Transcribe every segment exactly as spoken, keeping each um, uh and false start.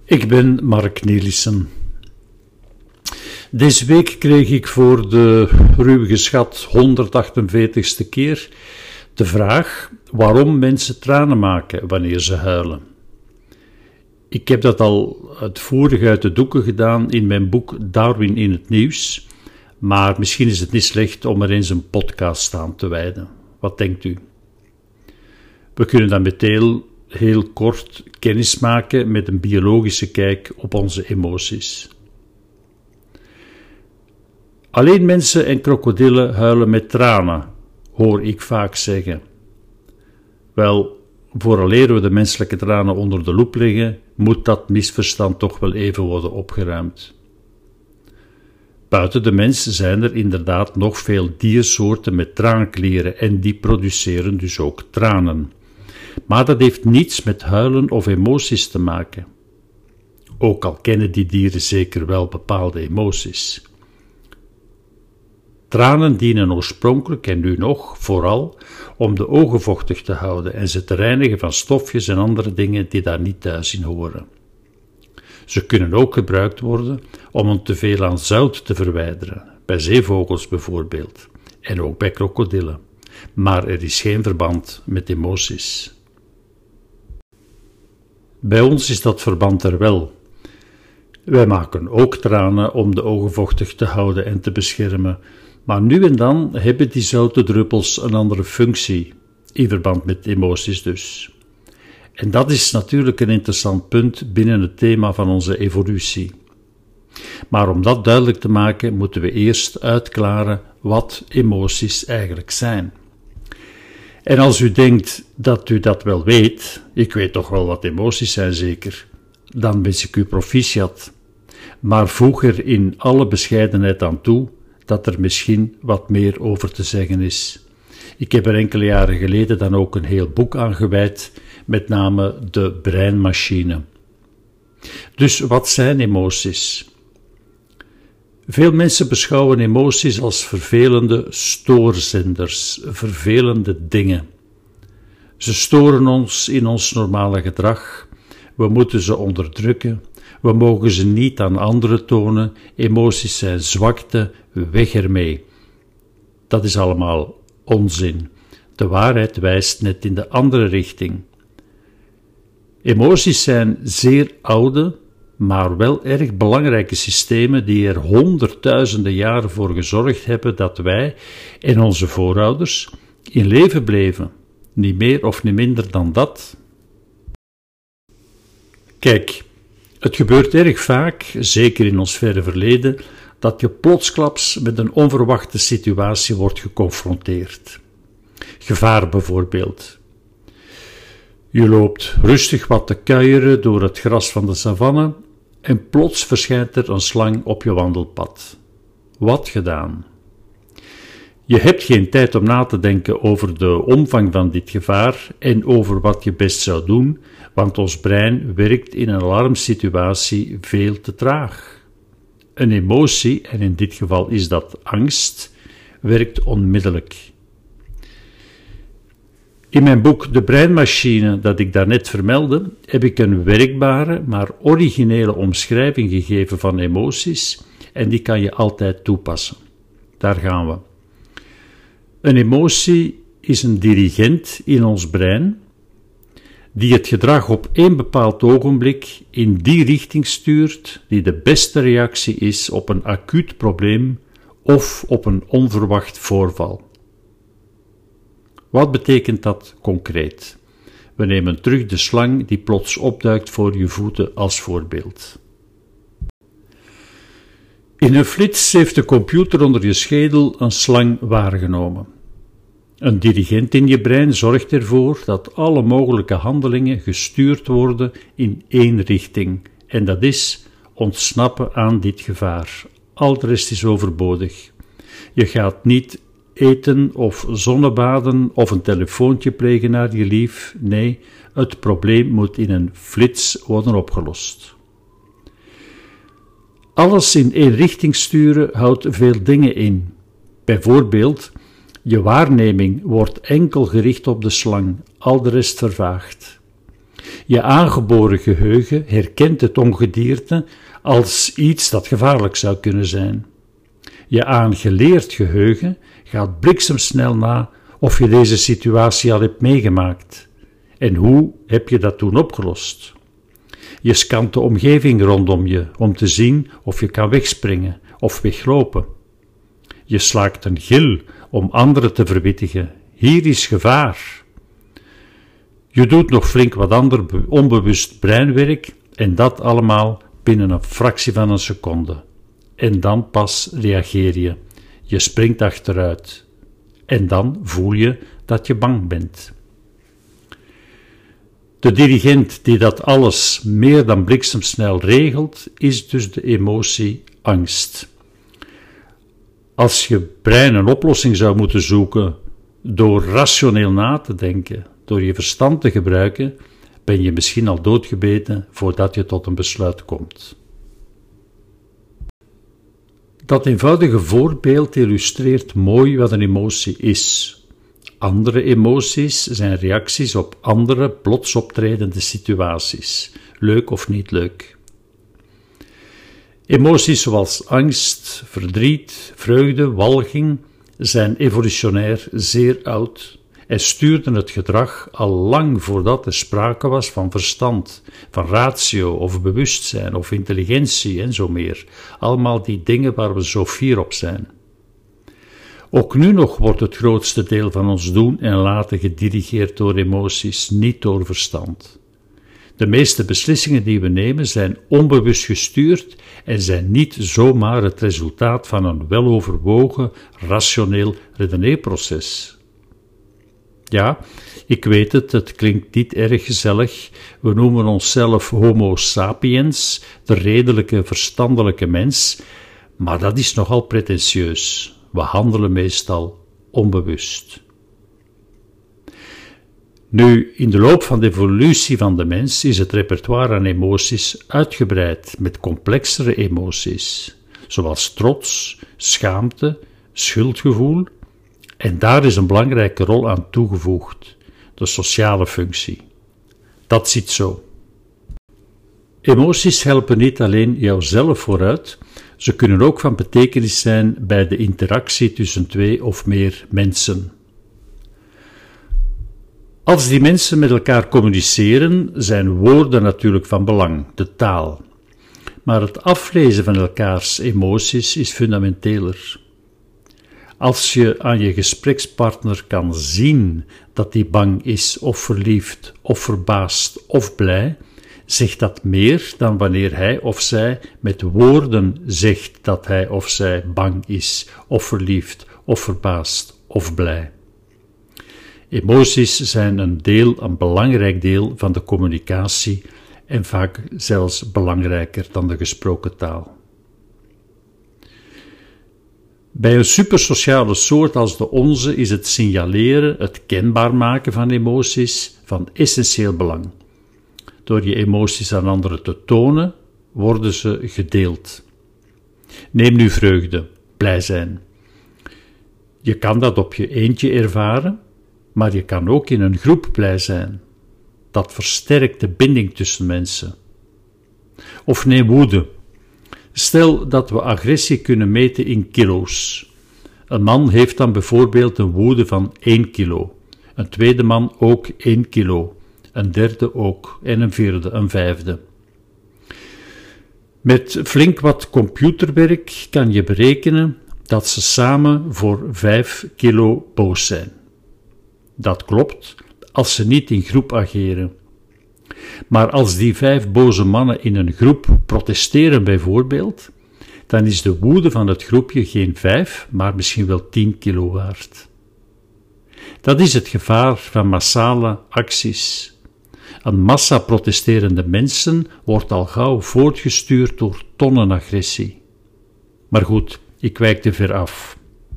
Ik ben Mark Nelissen. Deze week kreeg ik voor de ruw geschat honderdachtenveertigste keer de vraag waarom mensen tranen maken wanneer ze huilen. Ik heb dat al uitvoerig uit de doeken gedaan in mijn boek Darwin in het nieuws, maar misschien is het niet slecht om er eens een podcast aan te wijden. Wat denkt u? We kunnen dan meteen heel kort kennis maken met een biologische kijk op onze emoties. Alleen mensen en krokodillen huilen met tranen, hoor ik vaak zeggen. Wel, vooraleer we de menselijke tranen onder de loep leggen, moet dat misverstand toch wel even worden opgeruimd. Buiten de mens zijn er inderdaad nog veel diersoorten met traanklieren en die produceren dus ook tranen. Maar dat heeft niets met huilen of emoties te maken. Ook al kennen die dieren zeker wel bepaalde emoties. Tranen dienen oorspronkelijk en nu nog vooral om de ogen vochtig te houden en ze te reinigen van stofjes en andere dingen die daar niet thuis in horen. Ze kunnen ook gebruikt worden om een teveel aan zout te verwijderen, bij zeevogels bijvoorbeeld, en ook bij krokodillen. Maar er is geen verband met emoties. Bij ons is dat verband er wel. Wij maken ook tranen om de ogen vochtig te houden en te beschermen, maar nu en dan hebben die zoute druppels een andere functie, in verband met emoties dus. En dat is natuurlijk een interessant punt binnen het thema van onze evolutie. Maar om dat duidelijk te maken, moeten we eerst uitklaren wat emoties eigenlijk zijn. En als u denkt dat u dat wel weet, ik weet toch wel wat emoties zijn zeker, dan wens ik u proficiat. Maar voeg er in alle bescheidenheid aan toe dat er misschien wat meer over te zeggen is. Ik heb er enkele jaren geleden dan ook een heel boek aan gewijd, met name de breinmachine. Dus wat zijn emoties? Veel mensen beschouwen emoties als vervelende stoorzenders, vervelende dingen. Ze storen ons in ons normale gedrag, we moeten ze onderdrukken, we mogen ze niet aan anderen tonen, emoties zijn zwakte, weg ermee. Dat is allemaal onzin. De waarheid wijst net in de andere richting. Emoties zijn zeer oude, maar wel erg belangrijke systemen die er honderdduizenden jaren voor gezorgd hebben dat wij en onze voorouders in leven bleven. Niet meer of niet minder dan dat. Kijk, het gebeurt erg vaak, zeker in ons verre verleden, dat je plotsklaps met een onverwachte situatie wordt geconfronteerd. Gevaar bijvoorbeeld. Je loopt rustig wat te kuieren door het gras van de savanne en plots verschijnt er een slang op je wandelpad. Wat gedaan? Je hebt geen tijd om na te denken over de omvang van dit gevaar en over wat je best zou doen, want ons brein werkt in een alarmsituatie veel te traag. Een emotie, en in dit geval is dat angst, werkt onmiddellijk. In mijn boek De Breinmachine, dat ik daarnet vermeldde, heb ik een werkbare, maar originele omschrijving gegeven van emoties en die kan je altijd toepassen. Daar gaan we. Een emotie is een dirigent in ons brein die het gedrag op één bepaald ogenblik in die richting stuurt die de beste reactie is op een acuut probleem of op een onverwacht voorval. Wat betekent dat concreet? We nemen terug de slang die plots opduikt voor je voeten als voorbeeld. In een flits heeft de computer onder je schedel een slang waargenomen. Een dirigent in je brein zorgt ervoor dat alle mogelijke handelingen gestuurd worden in één richting, en dat is ontsnappen aan dit gevaar. Al de rest is overbodig. Je gaat niet eten of zonnebaden of een telefoontje plegen naar je lief. Nee, het probleem moet in een flits worden opgelost. Alles in één richting sturen houdt veel dingen in. Bijvoorbeeld, je waarneming wordt enkel gericht op de slang, al de rest vervaagt. Je aangeboren geheugen herkent het ongedierte als iets dat gevaarlijk zou kunnen zijn. Je aangeleerd geheugen gaat bliksemsnel na of je deze situatie al hebt meegemaakt. En hoe heb je dat toen opgelost? Je scant de omgeving rondom je om te zien of je kan wegspringen of weglopen. Je slaakt een gil om anderen te verwittigen. Hier is gevaar. Je doet nog flink wat ander onbewust breinwerk en dat allemaal binnen een fractie van een seconde. En dan pas reageer je. Je springt achteruit. En dan voel je dat je bang bent. De dirigent die dat alles meer dan bliksemsnel regelt, is dus de emotie angst. Als je brein een oplossing zou moeten zoeken door rationeel na te denken, door je verstand te gebruiken, ben je misschien al doodgebeten voordat je tot een besluit komt. Dat eenvoudige voorbeeld illustreert mooi wat een emotie is. Andere emoties zijn reacties op andere plots optredende situaties, leuk of niet leuk. Emoties zoals angst, verdriet, vreugde, walging zijn evolutionair zeer oud en stuurden het gedrag al lang voordat er sprake was van verstand, van ratio of bewustzijn of intelligentie en zo meer. Allemaal die dingen waar we zo fier op zijn. Ook nu nog wordt het grootste deel van ons doen en laten gedirigeerd door emoties, niet door verstand. De meeste beslissingen die we nemen zijn onbewust gestuurd en zijn niet zomaar het resultaat van een weloverwogen, rationeel redeneerproces. Ja, ik weet het, het klinkt niet erg gezellig. We noemen onszelf Homo sapiens, de redelijke, verstandelijke mens, maar dat is nogal pretentieus. We handelen meestal onbewust. Nu, in de loop van de evolutie van de mens is het repertoire aan emoties uitgebreid met complexere emoties, zoals trots, schaamte, schuldgevoel, en daar is een belangrijke rol aan toegevoegd, de sociale functie. Dat zit zo. Emoties helpen niet alleen jouzelf vooruit, ze kunnen ook van betekenis zijn bij de interactie tussen twee of meer mensen. Als die mensen met elkaar communiceren, zijn woorden natuurlijk van belang, de taal. Maar het aflezen van elkaars emoties is fundamenteler. Als je aan je gesprekspartner kan zien dat die bang is of verliefd of verbaasd of blij, zegt dat meer dan wanneer hij of zij met woorden zegt dat hij of zij bang is of verliefd of verbaasd of blij. Emoties zijn een deel, een belangrijk deel van de communicatie en vaak zelfs belangrijker dan de gesproken taal. Bij een supersociale soort als de onze is het signaleren, het kenbaar maken van emoties van essentieel belang. Door je emoties aan anderen te tonen, worden ze gedeeld. Neem nu vreugde, blij zijn. Je kan dat op je eentje ervaren, maar je kan ook in een groep blij zijn. Dat versterkt de binding tussen mensen. Of neem woede. Stel dat we agressie kunnen meten in kilo's. Een man heeft dan bijvoorbeeld een woede van één kilo. Een tweede man ook één kilo. Een derde ook. En een vierde, een vijfde. Met flink wat computerwerk kan je berekenen dat ze samen voor vijf kilo boos zijn. Dat klopt als ze niet in groep ageren. Maar als die vijf boze mannen in een groep protesteren bijvoorbeeld, dan is de woede van het groepje geen vijf, maar misschien wel tien kilo waard. Dat is het gevaar van massale acties. Een massa protesterende mensen wordt al gauw voortgestuurd door tonnen agressie. Maar goed, ik wijk te ver af.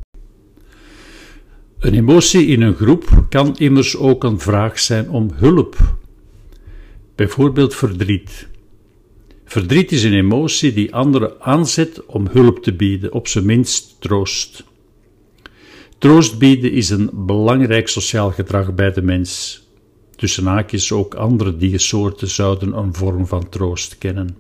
Een emotie in een groep kan immers ook een vraag zijn om hulp. Bijvoorbeeld verdriet. Verdriet is een emotie die anderen aanzet om hulp te bieden, op zijn minst troost. Troost bieden is een belangrijk sociaal gedrag bij de mens. tussen haakjes ook andere diersoorten zouden een vorm van troost kennen.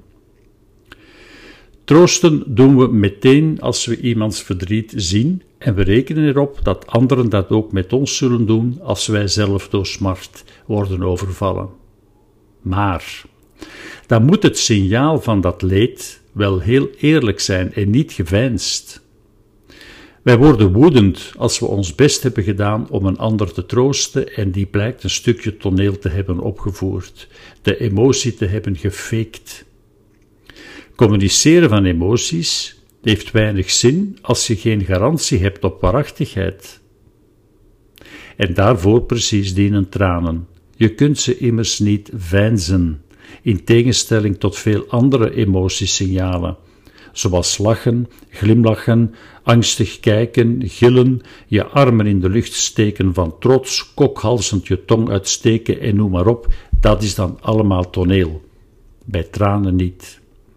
Troosten doen we meteen als we iemands verdriet zien en we rekenen erop dat anderen dat ook met ons zullen doen als wij zelf door smart worden overvallen. Maar dan moet het signaal van dat leed wel heel eerlijk zijn en niet geveinsd. Wij worden woedend als we ons best hebben gedaan om een ander te troosten en die blijkt een stukje toneel te hebben opgevoerd, de emotie te hebben gefaked. Communiceren van emoties heeft weinig zin als je geen garantie hebt op waarachtigheid. En daarvoor precies dienen tranen. Je kunt ze immers niet veinzen, in tegenstelling tot veel andere emotiesignalen, zoals lachen, glimlachen, angstig kijken, gillen, je armen in de lucht steken van trots, kokhalzend je tong uitsteken en noem maar op, dat is dan allemaal toneel. Bij tranen niet.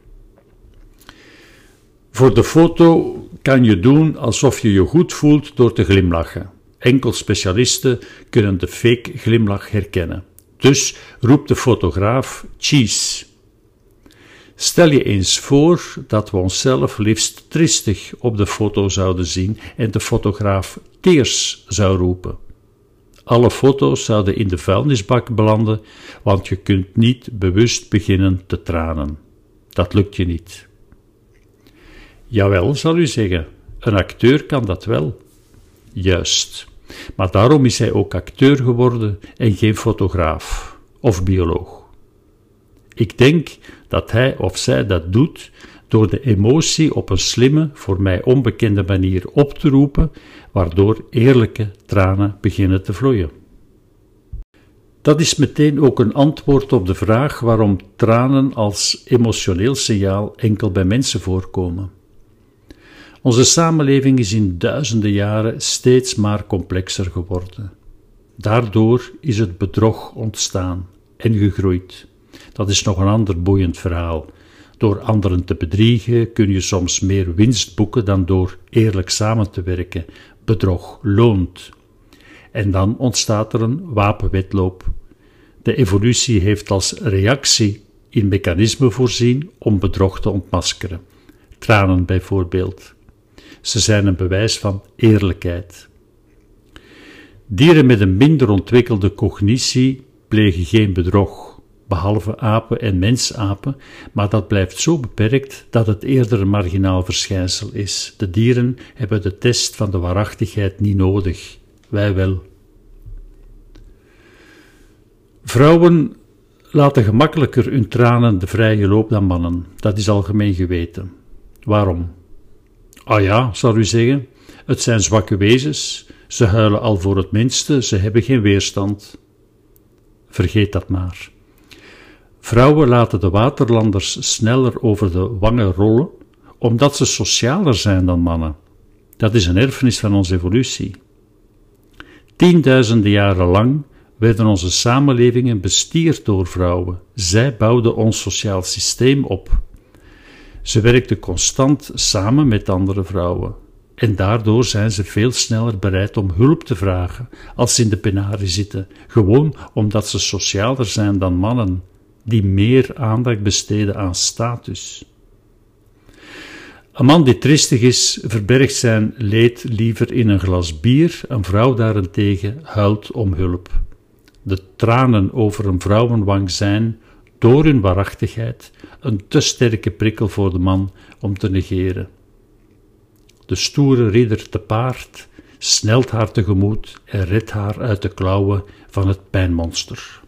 Voor de foto kan je doen alsof je je goed voelt door te glimlachen. Enkel specialisten kunnen de fake glimlach herkennen. Dus roept de fotograaf cheese. Stel je eens voor dat we onszelf liefst triestig op de foto zouden zien en de fotograaf tears zou roepen. Alle foto's zouden in de vuilnisbak belanden, want je kunt niet bewust beginnen te tranen. Dat lukt je niet. Jawel, zal u zeggen, een acteur kan dat wel. Juist. Maar daarom is hij ook acteur geworden en geen fotograaf of bioloog. Ik denk dat hij of zij dat doet door de emotie op een slimme, voor mij onbekende manier op te roepen, waardoor eerlijke tranen beginnen te vloeien. Dat is meteen ook een antwoord op de vraag waarom tranen als emotioneel signaal enkel bij mensen voorkomen. Onze samenleving is in duizenden jaren steeds maar complexer geworden. Daardoor is het bedrog ontstaan en gegroeid. Dat is nog een ander boeiend verhaal. Door anderen te bedriegen kun je soms meer winst boeken dan door eerlijk samen te werken. Bedrog loont. En dan ontstaat er een wapenwedloop. De evolutie heeft als reactie in mechanismen voorzien om bedrog te ontmaskeren. Tranen bijvoorbeeld. Ze zijn een bewijs van eerlijkheid. Dieren met een minder ontwikkelde cognitie plegen geen bedrog, behalve apen en mensapen, maar dat blijft zo beperkt dat het eerder een marginaal verschijnsel is. De dieren hebben de test van de waarachtigheid niet nodig, wij wel. Vrouwen laten gemakkelijker hun tranen de vrije loop dan mannen, dat is algemeen geweten. Waarom? Ah ja, zal u zeggen, het zijn zwakke wezens, ze huilen al voor het minste, ze hebben geen weerstand. Vergeet dat maar. Vrouwen laten de waterlanders sneller over de wangen rollen, omdat ze socialer zijn dan mannen. Dat is een erfenis van onze evolutie. Tienduizenden jaren lang werden onze samenlevingen bestierd door vrouwen. Zij bouwden ons sociaal systeem op. Ze werkten constant samen met andere vrouwen. En daardoor zijn ze veel sneller bereid om hulp te vragen als ze in de penarie zitten, gewoon omdat ze socialer zijn dan mannen, die meer aandacht besteden aan status. Een man die tristig is, verbergt zijn leed liever in een glas bier, een vrouw daarentegen huilt om hulp. De tranen over een vrouwenwang zijn, door hun waarachtigheid, een te sterke prikkel voor de man om te negeren. De stoere ridder te paard snelt haar tegemoet en redt haar uit de klauwen van het pijnmonster.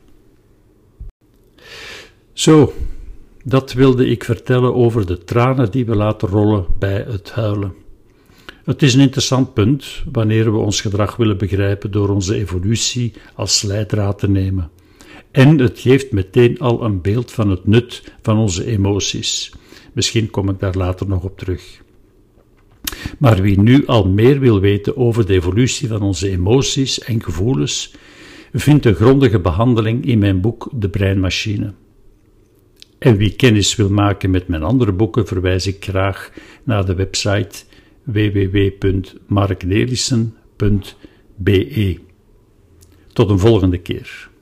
Zo, dat wilde ik vertellen over de tranen die we laten rollen bij het huilen. Het is een interessant punt wanneer we ons gedrag willen begrijpen door onze evolutie als leidraad te nemen. En het geeft meteen al een beeld van het nut van onze emoties. Misschien kom ik daar later nog op terug. Maar wie nu al meer wil weten over de evolutie van onze emoties en gevoelens, vindt een grondige behandeling in mijn boek De Breinmachine. En wie kennis wil maken met mijn andere boeken, verwijs ik graag naar de website w w w punt mark nelissen punt b e. Tot een volgende keer.